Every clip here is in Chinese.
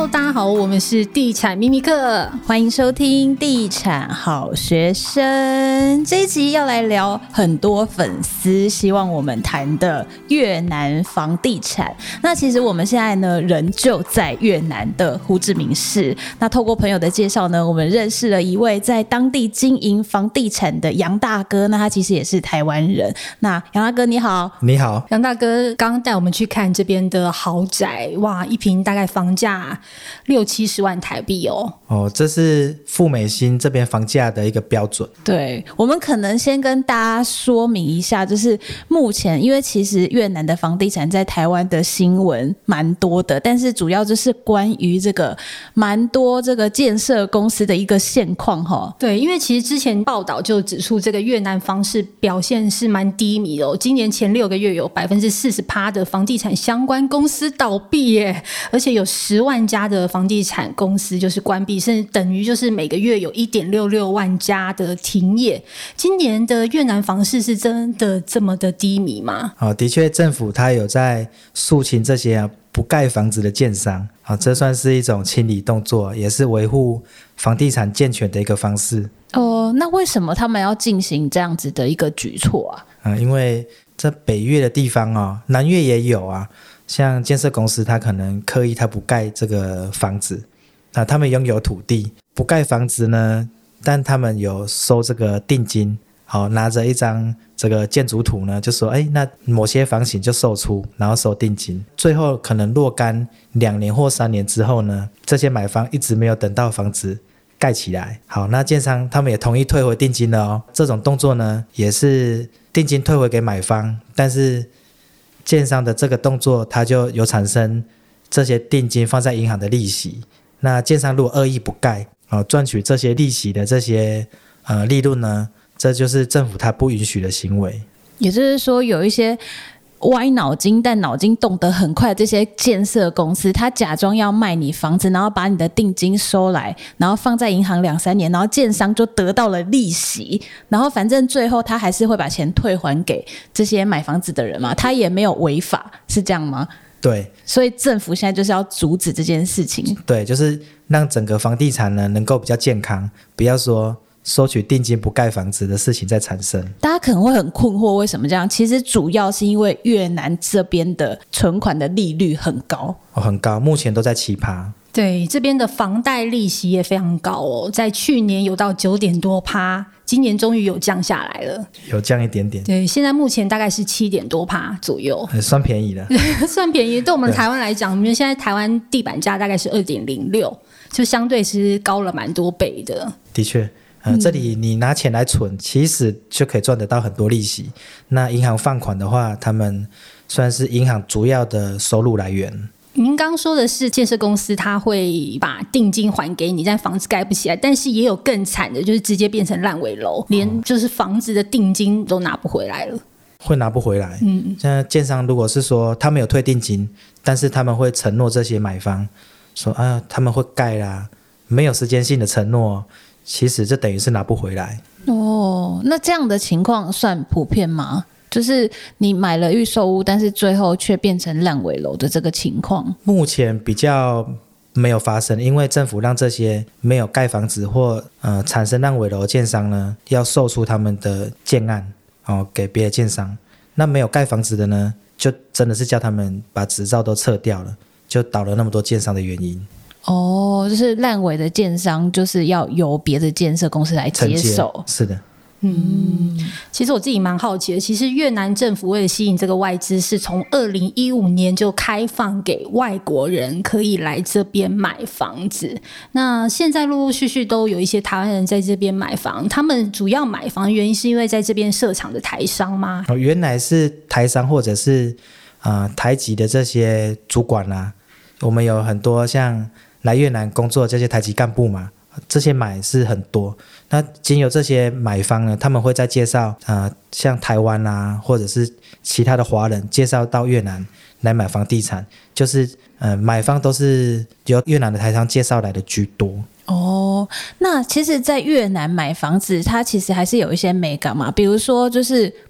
Hello， 大家好，我们是地产秘密课， 欢迎收听地产好学生。这一集要来聊很多粉丝希望我们谈的越南房地产。那其实我们现在呢，人就在越南的胡志明市。那透过朋友的介绍呢，我们认识了一位在当地经营房地产的杨大哥。那他其实也是台湾人。那杨大哥你好。 你好。 杨大哥刚刚带我们去看这边的豪宅，哇，一坪大概房价60-70万台币哦。 这是富美兴这边房价的一个标准。 对，我们可能先跟大家说明一下，就是目前因为其实越南的房地产在台湾的新闻蛮多的，但是主要就是关于这个蛮多这个建设公司的一个现况齁。 对，因为其实之前报道就指出这个越南房市表现是蛮低迷的哦，今年前6个月有40%的房地产相关公司倒闭耶，而且有10万家的房地产公司就是关闭，甚至等于就是每个月有1.66万家的停业。今年的越南房市是真的这么的低迷吗？ 的确政府它有在肃清这些不盖房子的建商，这算是一种清理动作，也是维护房地产健全的一个方式。 那为什么他们要进行这样子的一个举措啊？ 因为这北越的地方南越也有啊，像建设公司他可能刻意他不盖这个房子，他们拥有土地不盖房子呢，但他们有收这个定金，拿着一张这个建筑图呢，就说那某些房型就售出，然后收定金，最后可能若干2年或3年之后呢，这些买方一直没有等到房子盖起来，好，那建商他们也同意退回定金了哦。这种动作呢，也是定金退回给买方，但是建商的这个动作，它就有产生这些定金放在银行的利息。那建商如果恶意不盖，赚取这些利息的这些利润呢，这就是政府它不允许的行为。 也就是说，有一些歪脑筋但脑筋动得很快的这些建设公司，他假装要卖你房子，然后把你的定金收来，然后放在银行2-3年，然后建商就得到了利息，然后反正最后他还是会把钱退还给这些买房子的人嘛，他也没有违法，是这样吗？ 对， 所以政府现在就是要阻止这件事情。 对，就是让整个房地产呢能够比较健康，不要说收取定金不盖房子的事情在产生。 大家可能会很困惑为什么这样，其实主要是因为越南这边的存款的利率很高， 很高，目前都在7%。 对，这边的房贷利息也非常高哦，在去年有到9点多%，今年终于有降下来了， 有降一点点。 对，现在目前大概是7点多%左右， 算便宜了。 算便宜。对我们台湾来讲，我们现在台湾地板价大概是2.06，就相对是高了蛮多倍的。 的确。这里你拿钱来存，其实就可以赚得到很多利息。那银行放款的话，他们算是银行主要的收入来源。 您刚说的是建设公司他会把定金还给你，但房子盖不起来，但是也有更惨的，就是直接变成烂尾楼，连就是房子的定金都拿不回来了。 会拿不回来。现在建商如果是说他们有退定金，但是他们会承诺这些买方说他们会盖啦，没有时间性的承诺，其实这等于是拿不回来。 那这样的情况算普遍吗？就是你买了预售屋，但是最后却变成烂尾楼的这个情况？ 目前比较没有发生，因为政府让这些没有盖房子或产生烂尾楼的建商呢，要售出他们的建案给别的建商。那没有盖房子的呢，就真的是叫他们把执照都撤掉了，就倒了那么多建商的原因。 就是烂尾的建商就是要由别的建设公司来接手。 是的。 其实我自己蛮好奇的，其实越南政府为了吸引这个外资，是从2015年就开放给外国人可以来这边买房子。那现在陆陆续续都有一些台湾人在这边买房，他们主要买房的原因是因为在这边设厂的台商吗？ 原来是台商或者是台籍的这些主管啦，我们有很多像来越南工作的这些台籍干部嘛，这些买是很多。那经由这些买方呢，他们会再介绍像台湾啊，或者是其他的华人介绍到越南来买房地产，就是买方都是由越南的台商介绍来的居多。 那其实在越南买房子它其实还是有一些美感嘛，比如说就是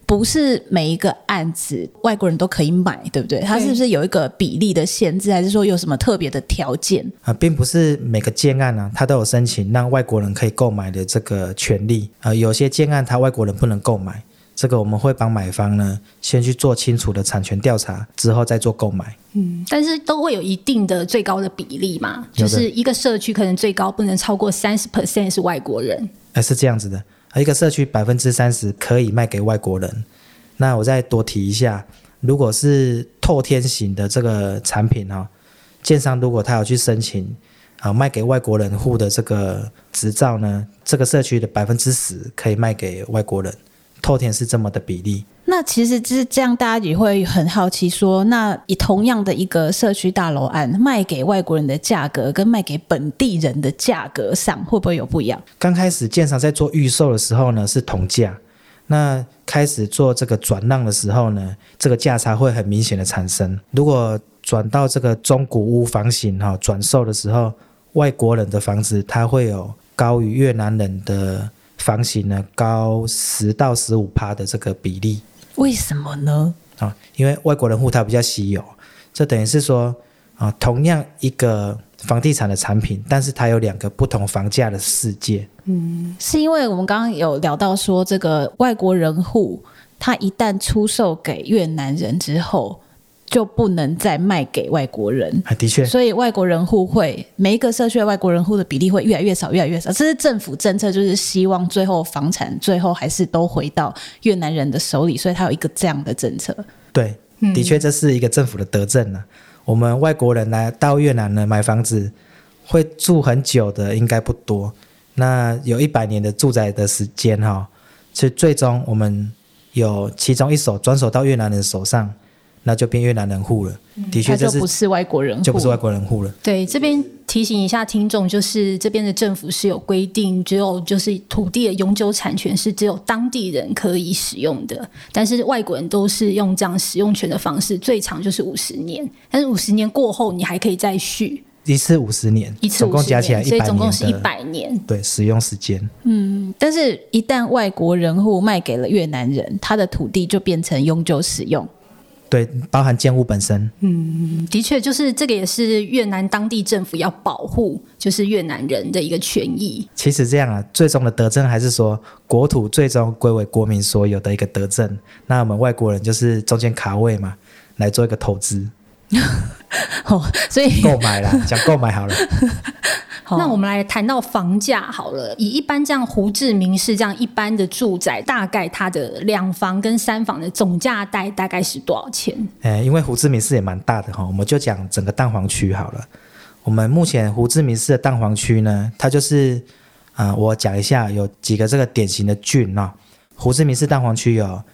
不是每一个案子外国人都可以买，对不对？它是不是有一个比例的限制，还是说有什么特别的条件？ 并不是每个建案它都有申请让外国人可以购买的这个权利。有些建案它外国人不能购买，这个我们会帮买方呢先去做清楚的产权调查，之后再做购买。 但是都会有一定的最高的比例嘛，就是一个社区可能最高不能超过 30% 是外国人。 是这样子的，一个社区 30% 可以卖给外国人。那我再多提一下，如果是透天型的这个产品建商如果他有去申请卖给外国人户的这个执照呢，这个社区的 10% 可以卖给外国人，透天是这么的比例。 那其实就是这样，大家也会很好奇说，那以同样的一个社区大楼案，卖给外国人的价格跟卖给本地人的价格上会不会有不一样？ 刚开始建商在做预售的时候呢是同价，那开始做这个转让的时候呢，这个价差会很明显的产生。如果转到这个中古屋房型转售的时候，外国人的房子它会有高于越南人的房型呢高10到15% 的这个比例。 为什么呢？ 因为外国人户它比较稀有，这等于是说同样一个房地产的产品，但是它有2个不同房价的世界。 是因为我们刚刚有聊到说，这个外国人户他一旦出售给越南人之后就不能再卖给外国人。 的确， 所以外国人户会每一个社区的外国人户的比例会越来越少越来越少，这是政府政策，就是希望最后房产最后还是都回到越南人的手里，所以他有一个这样的政策。 对，的确这是一个政府的德政我们外国人来到越南呢买房子会住很久的应该不多，那有100年的住宅的时间所以最终我们有其中一手转手到越南人手上，那就变越南人户了。的确这就不是外国人户， 就不是外国人户了。 对，这边提醒一下听众，就是这边的政府是有规定，只有就是土地的永久产权是只有当地人可以使用的，但是外国人都是用这样使用权的方式，最长就是50年，但是50年过后你还可以再续。 一次50年， 一次总共加起来100年， 所以总共是100年。 对，使用时间。 但是一旦外国人户卖给了越南人，他的土地就变成永久使用。 对，包含建物本身。 的确，就是这个也是越南当地政府要保护，就是越南人的一个权益。 其实这样最终的德政还是说国土最终归为国民所有的一个德政，那我们外国人就是中间卡位嘛，来做一个投资。 所以购买啦，讲购买好了。 那我们来谈到房价好了，以一般这样胡志明市这样一般的住宅，大概它的2房跟3房的总价大概是多少钱？ 因为胡志明市也蛮大的我们就讲整个蛋黄区好了。我们目前胡志明市的蛋黄区呢，它就是我讲一下有几个这个典型的郡胡志明市蛋黄区有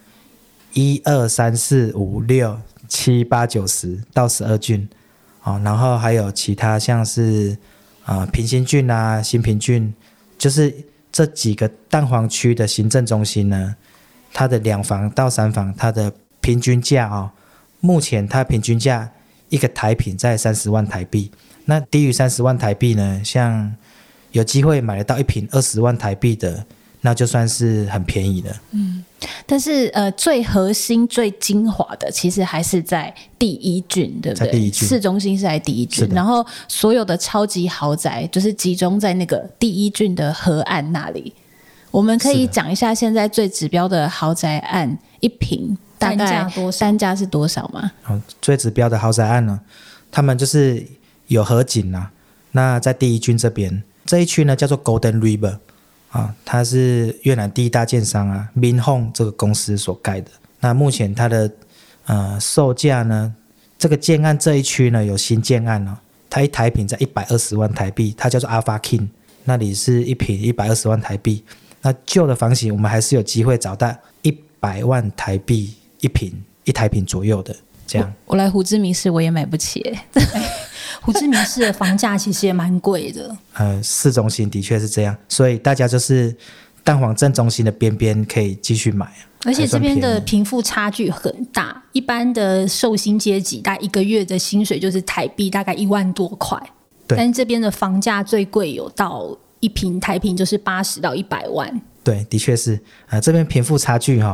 1、2、3、4、5、6、7、8、9、10到12郡然后还有其他像是平新郡新平郡，就是这几个蛋黄区的行政中心呢，它的2房到3房它的平均价目前它平均价一个台坪在30万台币，那低于30万台币呢，像有机会买得到一坪20万台币的，那就算是很便宜了。 但是最核心最精华的其实还是在第1郡，对不对？ 在第1郡， 市中心是在第1郡，然后所有的超级豪宅就是集中在那个第1郡的河岸那里。我们可以讲一下现在最指标的豪宅案一坪大概单价是多少吗？ 最指标的豪宅案呢，他们就是有河景那在第1郡这一区呢叫做 Golden River它是越南第1大建商Minh Hong 这个公司所盖的。那目前它的售价呢，这个建案这一区呢有新建案它一台坪在120万台币，它叫做 Alpha King， 那里是一坪120万台币。那旧的房型我们还是有机会找到100万台币一台坪左右的这样。 我来胡志明市我也买不起胡志明市的房价其实也蛮贵的。 市中心的确是这样，所以大家就是蛋黄正中心的边边可以继续买而且这边的贫富差距很大，一般的受薪阶级大概1个月的薪水就是台币大概1万多块，但是这边的房价最贵有到一坪台坪就是80到100万。 对，的确是这边贫富差距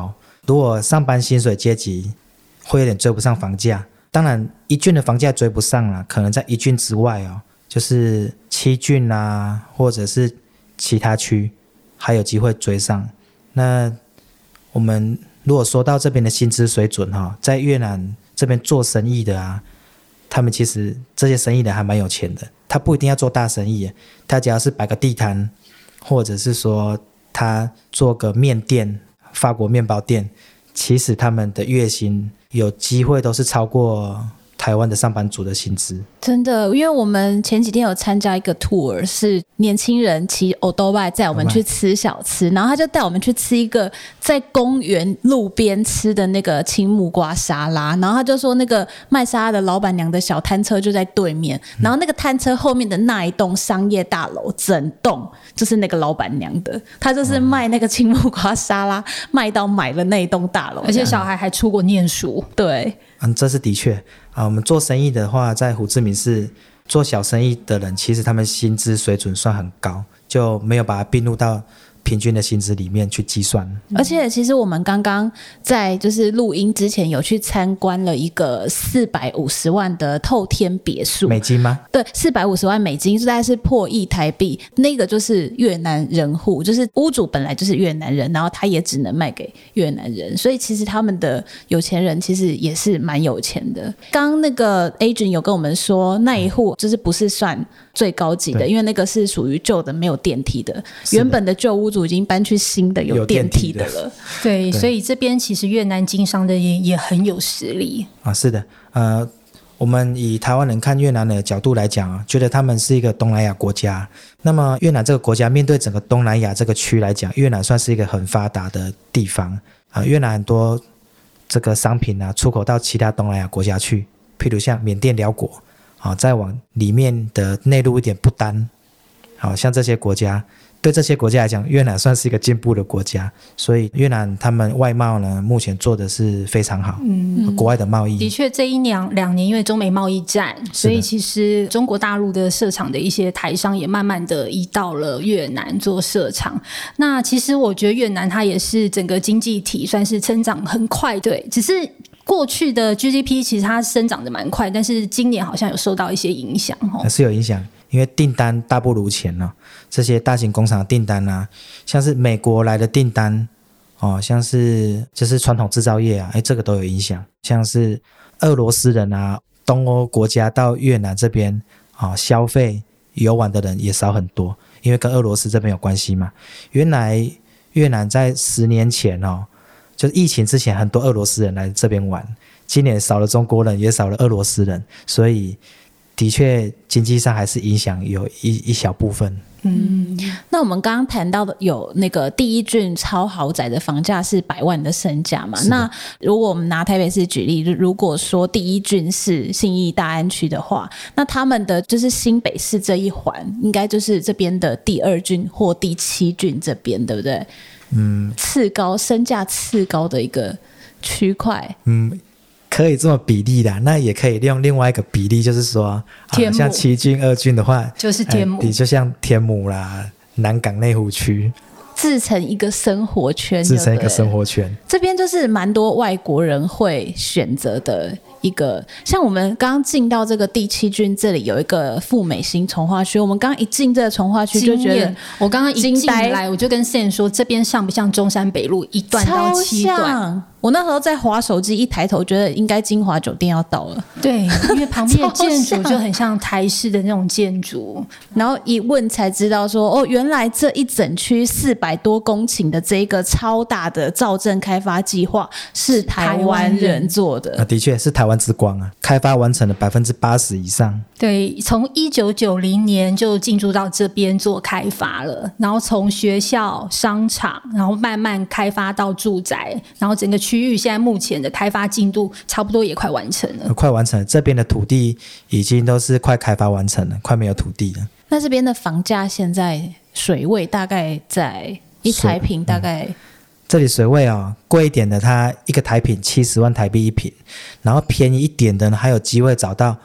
如果上班薪水阶级会有点追不上房价，当然一郡的房价追不上啦，可能在一郡之外哦，就是七郡啊，或者是其他区还有机会追上。那我们如果说到这边的薪资水准在越南这边做生意的啊，他们其实这些生意人还蛮有钱的，他不一定要做大生意，他只要是摆个地摊，或者是说他做个面店，法国面包店，其实他们的月薪有机会都是超过台湾的上班族的薪资。 真的，因为我们前几天有参加一个 tour， 是年轻人骑 Odobike 载我们去吃小吃，然后他就带我们去吃一个在公园路边吃的那个青木瓜沙拉，然后他就说那个卖沙拉的老板娘的小摊车就在对面，然后那个摊车后面的那一栋商业大楼整栋就是那个老板娘的，他就是卖那个青木瓜沙拉卖到买了那一栋大楼， 而且小孩还出国念书。 对， 这是的确我们做生意的话，在胡志明市做小生意的人，其实他们薪资水准算很高，就没有把它并入到平均的薪资里面去计算。 而且其实我们刚刚在就是录音之前有去参观了一个450万的透天别墅， 美金吗？ 对，450万美金，大概是破亿台币。那个就是越南人户，就是屋主本来就是越南人，然后他也只能卖给越南人，所以其实他们的有钱人其实也是蛮有钱的。刚刚那个 agent 有跟我们说，那一户就是不是算最高级的，因为那个是属于旧的没有电梯的，原本的旧屋主已经搬去新的有电梯的了。 对，所以这边其实越南经商的也很有实力是的，我们以台湾人看越南的角度来讲觉得他们是一个东南亚国家。那么越南这个国家面对整个东南亚这个区来讲，越南算是一个很发达的地方越南很多这个商品出口到其他东南亚国家去，譬如像缅甸、辽国再往里面的内陆一点不丹，像这些国家，对这些国家来讲，越南算是一个进步的国家，所以越南他们外贸呢目前做的是非常好。国外的贸易的确这一两年因为中美贸易战，所以其实中国大陆的设厂的一些台商也慢慢的移到了越南做设厂。那其实我觉得越南它也是整个经济体算是成长很快，对，只是过去的 GDP 其实它生长的蛮快，但是今年好像有受到一些影响是有影响，因为订单大不如前这些大型工厂的订单像是美国来的订单像是就是传统制造业这个都有影响。像是俄罗斯人东欧国家到越南这边消费游玩的人也少很多，因为跟俄罗斯这边有关系嘛。原来越南在10年前就是疫情之前很多俄罗斯人来这边玩，今年少了中国人也少了俄罗斯人，所以的确经济上还是影响有一小部分。 那我们刚刚谈到的有那个第一郡超豪宅的房价是100万的身价嘛？那如果我们拿台北市举例，如果说第一郡是信义大安区的话，那他们的就是新北市这一环应该就是这边的第2郡或第7郡这边，对不对？次高，身价次高的一个区块。 可以这么比例的，那也可以用另外一个比例，就是说像7郡2郡的话， 就是天母， 就像天母啦、南港内湖区， 自成一个生活圈， 自成一个生活圈。 这边就是蛮多外国人会选择的一个，像我们刚刚进到这个第7郡，这里有一个富美新从化区，我们刚刚一进这个从化区就觉得， 我刚刚一进来我就跟 Sam 说，这边像不像中山北路1段到7段？ 我那时候在滑手机，一抬头觉得应该金华酒店要到了。 对，因为旁边的建筑就很像台式的那种建筑， 然后一问才知道说，原来这一整区400多公顷的这个超大的造镇开发计划是台湾人做的。 的确是台湾之光开发完成了80%以上。 对，从1990年就进驻到这边做开发了，然后从学校、商场，然后慢慢开发到住宅，然后整个区域现在目前的开发进度差不多也快完成了。 快完成了，这边的土地已经都是快开发完成了，快没有土地了。 那这边的房价现在水位大概在一台坪大概这里水位贵一点的它一个台坪70万台币一坪，然后便宜一点的呢还有机会找到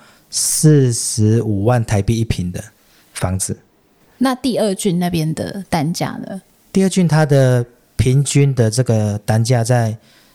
45万台币一坪的房子。 那第2郡那边的单价呢？ 第2郡它的平均的这个单价在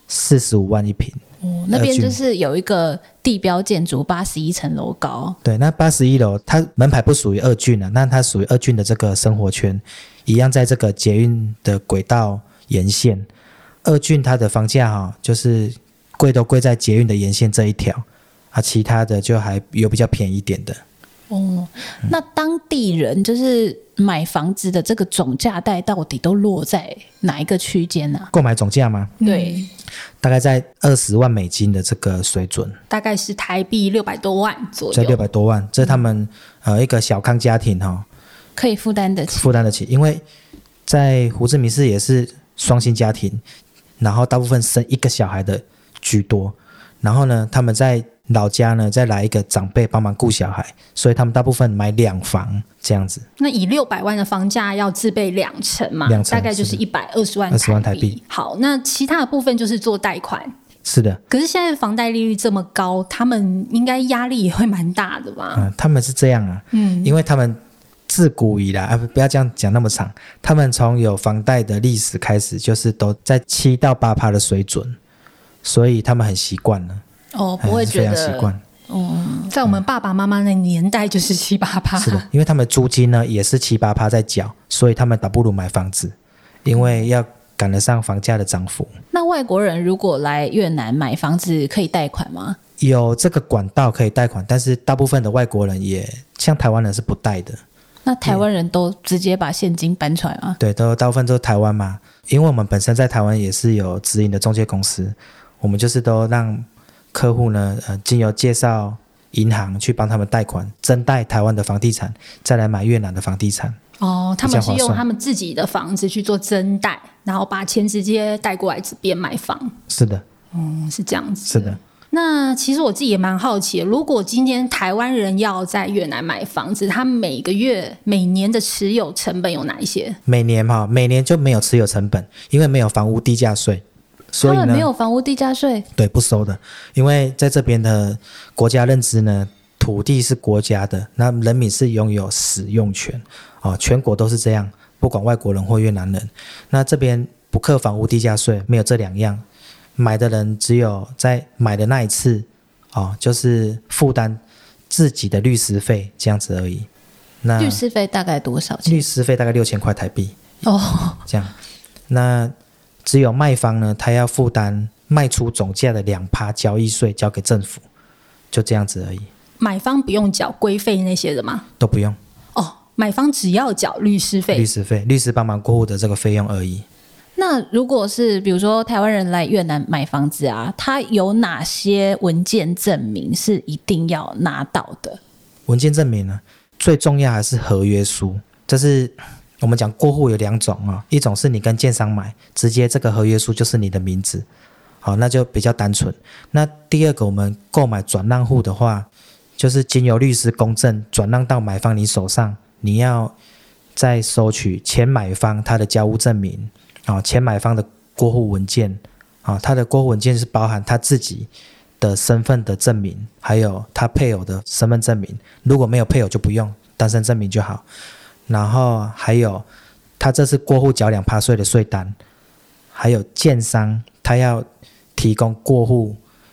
45万一坪。 那边就是有一个地标建筑81层楼高。 对，那81楼它门牌不属于二郡啊，那它属于二郡的这个生活圈，一样在这个捷运的轨道沿线。二郡它的房价就是贵都贵在捷运的沿线这一条啊，其他的就还有比较便宜一点的。 那当地人就是买房子的这个总价带到底都落在哪一个区间呢？ 购买总价吗？ 对， 大概在20万美金的这个水准， 大概是台币600多万左右， 在600多万，这是他们一个小康家庭可以负担得起。 因为在胡志明市也是双薪家庭，然后大部分生一个小孩的居多，然后呢，他们在老家呢再来一个长辈帮忙顾小孩，所以他们大部分买2房这样子。 那以600万的房价要自备2成嘛，大概就是120万台币。好，那其他的部分就是做贷款。 是的。 可是现在房贷利率这么高，他们应该压力也会蛮大的吧？ 他们是这样啊，因为他们自古以来不要这样讲那么长，他们从有房贷的历史开始，就是都在7到8%的水准，所以他们很习惯了。 不会觉得非常习惯。 在我们爸爸妈妈那年代就是7-8%。 是的，因为他们租金呢也是7-8%在缴，所以他们倒不如买房子，因为要赶得上房价的涨幅。 那外国人如果来越南买房子可以贷款吗？ 有这个管道可以贷款，但是大部分的外国人也像台湾人是不贷的。 那台湾人都直接把现金搬出来吗？ 对，大部分都是台湾嘛，因为我们本身在台湾也是有直营的中介公司，我们就是都让客户呢，经由介绍银行去帮他们贷款，增贷台湾的房地产，再来买越南的房地产。 他们是用他们自己的房子去做增贷，然后把钱直接带过来这边买房。 是的。 是这样子。 是的。 那其实我自己也蛮好奇的，如果今天台湾人要在越南买房子，他每年的持有成本有哪一些？每年就没有持有成本，因为没有房屋地价税。所以呢， 他们没有房屋地价税？ 对，不收的。因为在这边的国家认知呢，土地是国家的，那人民是拥有使用权。全国都是这样，不管外国人或越南人。那这边不课房屋地价税，没有这2样。买的人只有在买的那一次就是负担自己的律师费这样子而已。那律师费大概多少钱？ 律师费大概6000块台币。这样。那只有卖方呢，他要负担卖出总价的2%交易税，交给政府，就这样子而已。 买方不用缴规费那些的吗？ 都不用。 买方只要缴律师费。 律师帮忙过户的这个费用而已。 那如果是比如说台湾人来越南买房子啊，他有哪些文件证明是一定要拿到的？ 文件证明呢，最重要还是合约书。这是我们讲过户有2种一种是你跟建商买，直接这个合约书就是你的名字，那就比较单纯。那第二个，我们购买转让户的话，就是经由律师公证转让到买方你手上，你要再收取前买方他的交屋证明，前买方的过户文件，他的过户文件是包含他自己的身份的证明，还有他配偶的身份证明。如果没有配偶就不用，单身证明就好。然后还有他这次过户缴2%税的税单，还有建商他要提供过户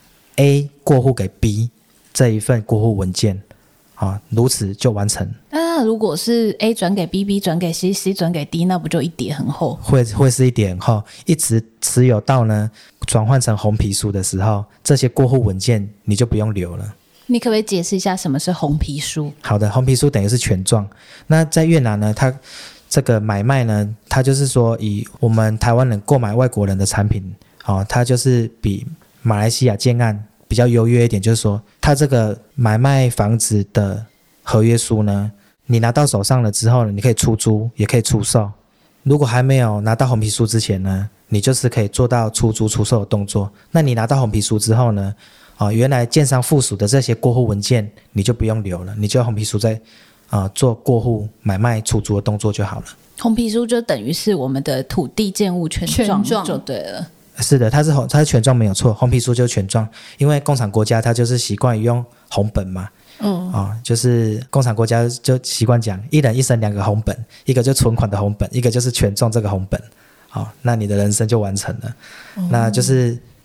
A 过户给 B 这一份过户文件，如此就完成。 那如果是 A 转给 B，B 转给 C，C 转给 D， 那不就一叠很厚？ 会是一叠很厚，一直持有到呢转换成红皮书的时候，这些过户文件你就不用留了。 你可不可以解释一下什么是红皮书？ 好的，红皮书等于是权状。那在越南呢，它这个买卖呢，它就是说以我们台湾人购买外国人的产品，它就是比马来西亚建案比较优越一点，就是说它这个买卖房子的合约书呢，你拿到手上了之后呢，你可以出租也可以出售。如果还没有拿到红皮书之前呢，你就是可以做到出租出售的动作。那你拿到红皮书之后呢，原来建商附属的这些过户文件你就不用留了，你就红皮书在做过户买卖出租的动作就好了。 红皮书就等于是我们的土地建物权状就对了。 是的，它是权状没有错，红皮书就是权状。因为共产国家它就是习惯于用红本嘛，就是共产国家就习惯讲一人一生2个红本，一个就存款的红本，一个就是权状这个红本。那你的人生就完成了。那就是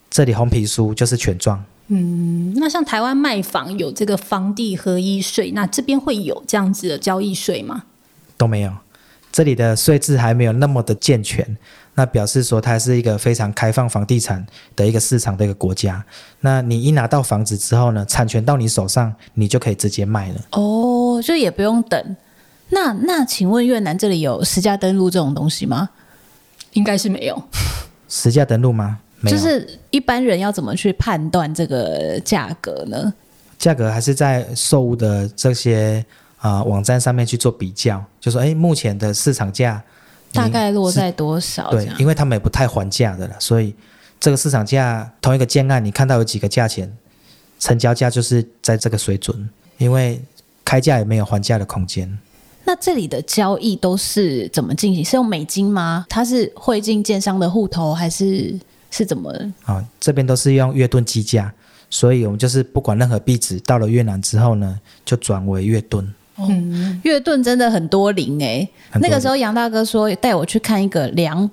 这里红皮书就是权状。 那像台湾卖房有这个房地合一税，那这边会有这样子的交易税吗？ 都没有，这里的税制还没有那么的健全，那表示说它是一个非常开放房地产的一个市场的一个国家。那你一拿到房子之后呢，产权到你手上，你就可以直接卖了。 哦，就也不用等。那请问越南这里有实价登录这种东西吗？ 应该是没有。 实价登录吗？没有。 就是一般人要怎么去判断这个价格呢？ 价格还是在售屋的这些网站上面去做比较，就说目前的市场价大概落在多少？ 对，因为他们也不太还价的了，所以这个市场价同一个建案，你看到有几个价钱，成交价就是在这个水准，因为开价也没有还价的空间。 那这里的交易都是怎么进行？是用美金吗？它是汇进建商的户头，还是怎么？ 这边都是用越盾计价，所以我们就是不管任何币值到了越南之后呢，就转为越盾。 越盾真的很多零很多零。 那个时候杨大哥说带我去看一个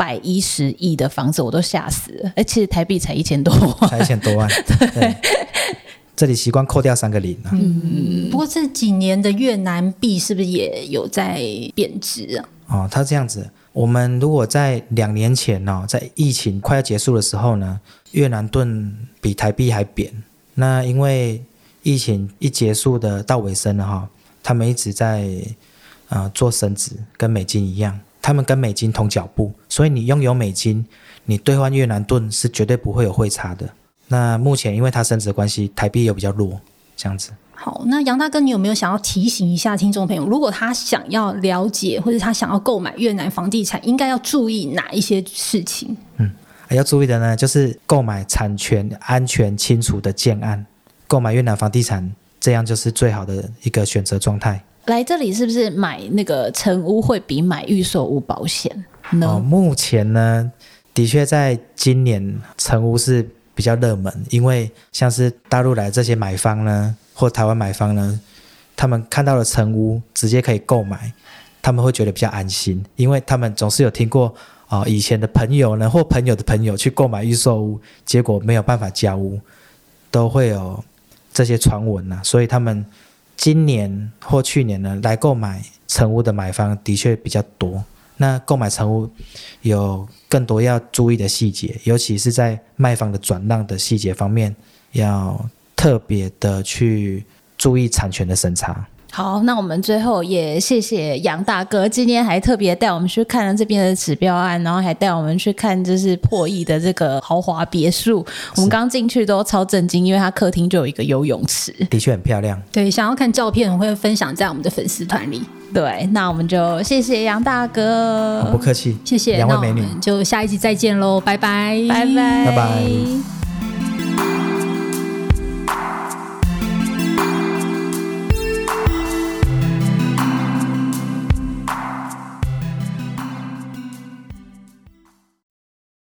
210亿的房子，我都吓死了。其实台币才1000多万， 才1000多万。对，这里习惯扣掉3个零啊。 不过这几年的越南币是不是也有在贬值啊？ 它这样子，我们如果在2年前在疫情快要结束的时候呢，越南盾比台币还贬。那因为疫情一结束的到尾声了他们一直在做升值，跟美金一样，他们跟美金同脚步，所以你拥有美金，你兑换越南盾是绝对不会有汇差的。那目前因为它升值的关系，台币又比较弱，这样子。 好，那杨大哥，你有没有想要提醒一下听众朋友，如果他想要了解或者他想要购买越南房地产，应该要注意哪一些事情？ 要注意的呢，就是购买产权安全清楚的建案，购买越南房地产，这样就是最好的一个选择状态。 来这里是不是买那个成屋会比买预售屋保险呢？ 目前呢，的确在今年成屋是比较热门，因为像是大陆来的这些买方呢，或台湾买方呢，他们看到了成屋直接可以购买，他们会觉得比较安心，因为他们总是有听过以前的朋友呢，或朋友的朋友去购买预售屋，结果没有办法交屋，都会有这些传闻所以他们今年或去年呢来购买成屋的买方的确比较多。那购买成屋有更多要注意的细节，尤其是在卖方的转让的细节方面，要特别的去注意产权的审查。 好，那我们最后也谢谢杨大哥，今天还特别带我们去看了这边的指标案，然后还带我们去看就是破亿的这个豪华别墅。我们刚进去都超震惊，因为它客厅就有一个游泳池， 的确很漂亮。 对，想要看照片我会分享在我们的粉丝团里。 对，那我们就谢谢杨大哥， 不客气， 谢谢， 两位美女， 那我们就下一集再见喽，拜拜， 拜拜， 拜拜。